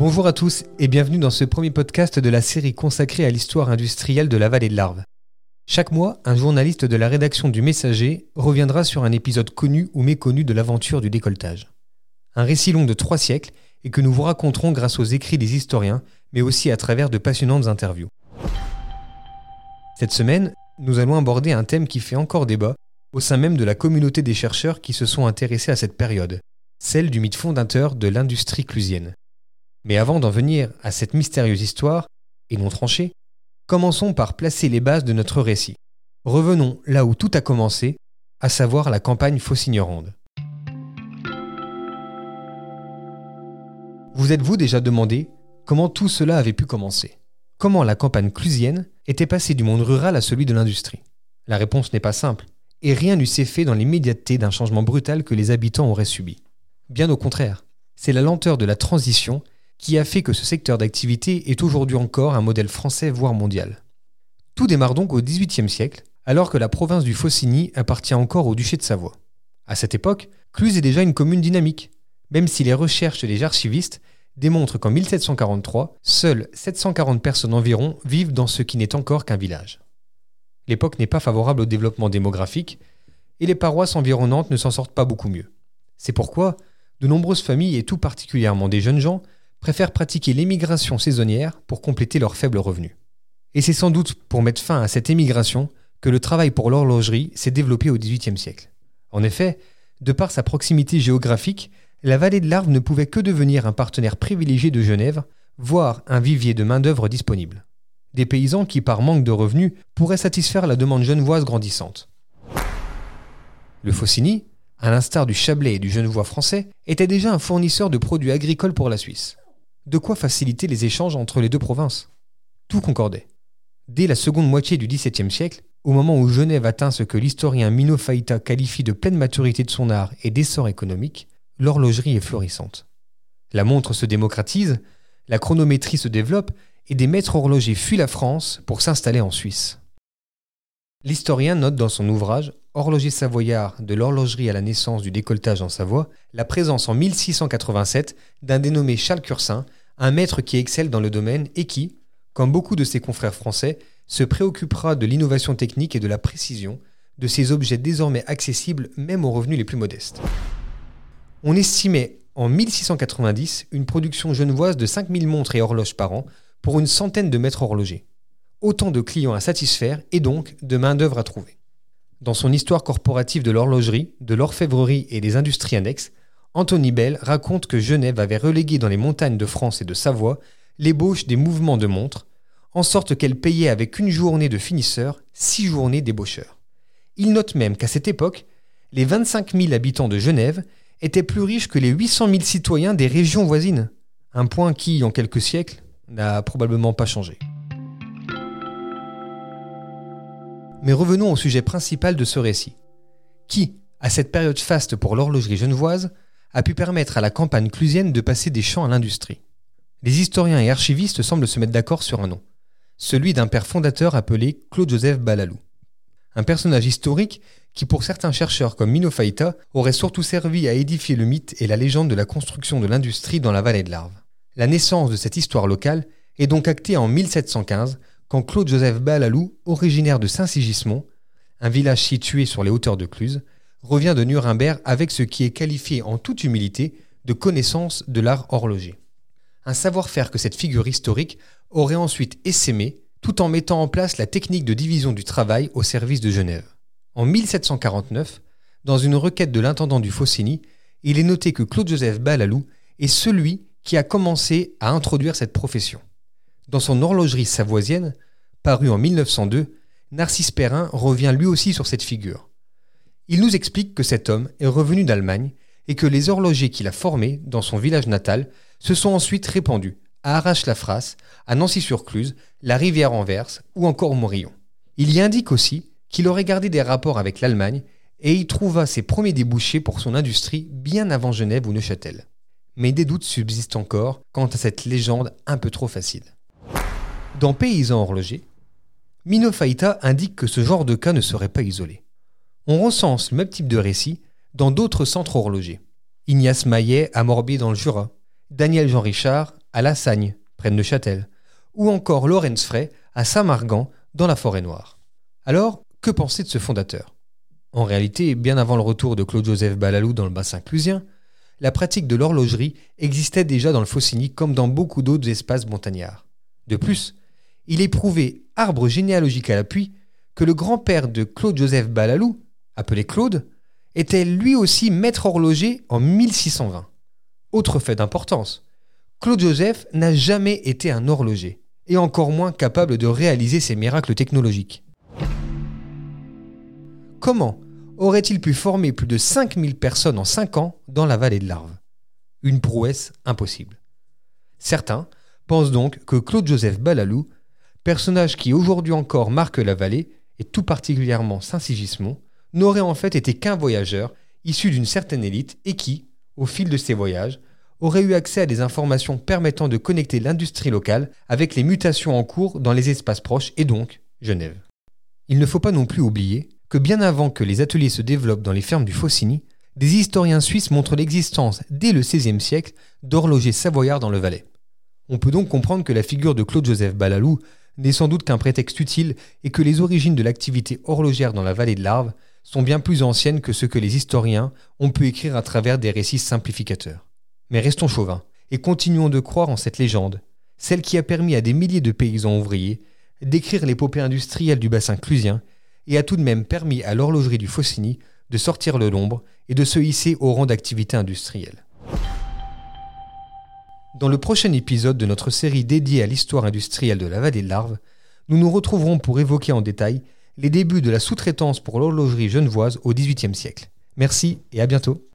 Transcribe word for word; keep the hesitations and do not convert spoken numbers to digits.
Bonjour à tous et bienvenue dans ce premier podcast de la série consacrée à l'histoire industrielle de la vallée de l'Arve. Chaque mois, un journaliste de la rédaction du Messager reviendra sur un épisode connu ou méconnu de l'aventure du décolletage. Un récit long de trois siècles et que nous vous raconterons grâce aux écrits des historiens, mais aussi à travers de passionnantes interviews. Cette semaine, nous allons aborder un thème qui fait encore débat au sein même de la communauté des chercheurs qui se sont intéressés à cette période, celle du mythe fondateur de l'industrie clusienne. Mais avant d'en venir à cette mystérieuse histoire, et non tranchée, commençons par placer les bases de notre récit. Revenons là où tout a commencé, à savoir la campagne faucignerande. Vous êtes-vous déjà demandé comment tout cela avait pu commencer ? Comment la campagne clusienne était passée du monde rural à celui de l'industrie ? La réponse n'est pas simple, et rien n'eût s'est fait dans l'immédiateté d'un changement brutal que les habitants auraient subi. Bien au contraire, c'est la lenteur de la transition qui a fait que ce secteur d'activité est aujourd'hui encore un modèle français voire mondial. Tout démarre donc au dix-huitième siècle, alors que la province du Faucigny appartient encore au duché de Savoie. À cette époque, Cluses est déjà une commune dynamique, même si les recherches des archivistes démontrent qu'en mille sept cent quarante-trois, seules sept cent quarante personnes environ vivent dans ce qui n'est encore qu'un village. L'époque n'est pas favorable au développement démographique, et les paroisses environnantes ne s'en sortent pas beaucoup mieux. C'est pourquoi de nombreuses familles, et tout particulièrement des jeunes gens, préfèrent pratiquer l'émigration saisonnière pour compléter leurs faibles revenus. Et c'est sans doute pour mettre fin à cette émigration que le travail pour l'horlogerie s'est développé au dix-huitième siècle. En effet, de par sa proximité géographique, la vallée de l'Arve ne pouvait que devenir un partenaire privilégié de Genève, voire un vivier de main-d'œuvre disponible. Des paysans qui, par manque de revenus, pourraient satisfaire la demande genevoise grandissante. Le Faucigny, à l'instar du Chablais et du Genevois français, était déjà un fournisseur de produits agricoles pour la Suisse. De quoi faciliter les échanges entre les deux provinces. Tout concordait. Dès la seconde moitié du dix-septième siècle, au moment où Genève atteint ce que l'historien Mino Faïta qualifie de pleine maturité de son art et d'essor économique, l'horlogerie est florissante. La montre se démocratise, la chronométrie se développe et des maîtres horlogers fuient la France pour s'installer en Suisse. L'historien note dans son ouvrage « Horloger savoyard de l'horlogerie à la naissance du décolletage en Savoie » la présence en mille six cent quatre-vingt-sept d'un dénommé Charles Cursin, un maître qui excelle dans le domaine et qui, comme beaucoup de ses confrères français, se préoccupera de l'innovation technique et de la précision de ces objets désormais accessibles même aux revenus les plus modestes. On estimait en mille six cent quatre-vingt-dix une production genevoise de cinq mille montres et horloges par an pour une centaine de maîtres horlogers. Autant de clients à satisfaire et donc de main-d'œuvre à trouver. Dans son histoire corporative de l'horlogerie, de l'orfèvrerie et des industries annexes, Anthony Bell raconte que Genève avait relégué dans les montagnes de France et de Savoie l'ébauche des mouvements de montres, en sorte qu'elle payait avec une journée de finisseur, six journées d'ébaucheur. Il note même qu'à cette époque, les vingt-cinq mille habitants de Genève étaient plus riches que les huit cent mille citoyens des régions voisines, un point qui, en quelques siècles, n'a probablement pas changé. Mais revenons au sujet principal de ce récit. Qui, à cette période faste pour l'horlogerie genevoise, a pu permettre à la campagne clusienne de passer des champs à l'industrie ? Les historiens et archivistes semblent se mettre d'accord sur un nom, celui d'un père fondateur appelé Claude-Joseph Balalou. Un personnage historique qui, pour certains chercheurs comme Mino Faïta, aurait surtout servi à édifier le mythe et la légende de la construction de l'industrie dans la vallée de l'Arve. La naissance de cette histoire locale est donc actée en mille sept cent quinze, quand Claude-Joseph Balalou, originaire de Saint-Sigismond, un village situé sur les hauteurs de Cluses, revient de Nuremberg avec ce qui est qualifié en toute humilité de connaissance de l'art horloger. Un savoir-faire que cette figure historique aurait ensuite essaimé, tout en mettant en place la technique de division du travail au service de Genève. En mille sept cent quarante-neuf, dans une requête de l'intendant du Faucigny, il est noté que Claude-Joseph Balalou est celui qui a commencé à introduire cette profession. Dans son horlogerie savoisienne, parue en mille neuf cent deux, Narcisse Perrin revient lui aussi sur cette figure. Il nous explique que cet homme est revenu d'Allemagne et que les horlogers qu'il a formés dans son village natal se sont ensuite répandus à Arrache-la-Frasse, à Nancy-sur-Cluse, la Rivière-Anvers ou encore Morillon. Il y indique aussi qu'il aurait gardé des rapports avec l'Allemagne et y trouva ses premiers débouchés pour son industrie bien avant Genève ou Neuchâtel. Mais des doutes subsistent encore quant à cette légende un peu trop facile. Dans Paysans horlogers, Mino Faïta indique que ce genre de cas ne serait pas isolé. On recense le même type de récit dans d'autres centres horlogers. Ignace Maillet à Morbier dans le Jura, Daniel Jean Richard à Lassagne, près de Neuchâtel, ou encore Lorenz Frey à Saint-Margan, dans la Forêt-Noire. Alors, que penser de ce fondateur ? En réalité, bien avant le retour de Claude-Joseph Balalou dans le bassin clusien, la pratique de l'horlogerie existait déjà dans le Faucigny comme dans beaucoup d'autres espaces montagnards. De plus, il est prouvé, arbre généalogique à l'appui, que le grand-père de Claude-Joseph Balalou, appelé Claude, était lui aussi maître horloger en mille six cent vingt. Autre fait d'importance, Claude-Joseph n'a jamais été un horloger, et encore moins capable de réaliser ces miracles technologiques. Comment aurait-il pu former plus de cinq mille personnes en cinq ans dans la vallée de l'Arve ? Une prouesse impossible. Certains pensent donc que Claude-Joseph Balalou, personnage qui aujourd'hui encore marque la vallée, et tout particulièrement Saint-Sigismond, n'aurait en fait été qu'un voyageur issu d'une certaine élite et qui, au fil de ses voyages, aurait eu accès à des informations permettant de connecter l'industrie locale avec les mutations en cours dans les espaces proches et donc Genève. Il ne faut pas non plus oublier que bien avant que les ateliers se développent dans les fermes du Faucigny, des historiens suisses montrent l'existence, dès le seizième siècle, d'horlogers savoyards dans le Valais. On peut donc comprendre que la figure de Claude-Joseph Balalou n'est sans doute qu'un prétexte utile et que les origines de l'activité horlogère dans la vallée de l'Arve sont bien plus anciennes que ce que les historiens ont pu écrire à travers des récits simplificateurs. Mais restons chauvins et continuons de croire en cette légende, celle qui a permis à des milliers de paysans ouvriers d'écrire l'épopée industrielle du bassin clusien et a tout de même permis à l'horlogerie du Faucigny de sortir de l'ombre et de se hisser au rang d'activité industrielle. Dans le prochain épisode de notre série dédiée à l'histoire industrielle de la vallée de l'Arve, nous nous retrouverons pour évoquer en détail les débuts de la sous-traitance pour l'horlogerie genevoise au dix-huitième siècle. Merci et à bientôt.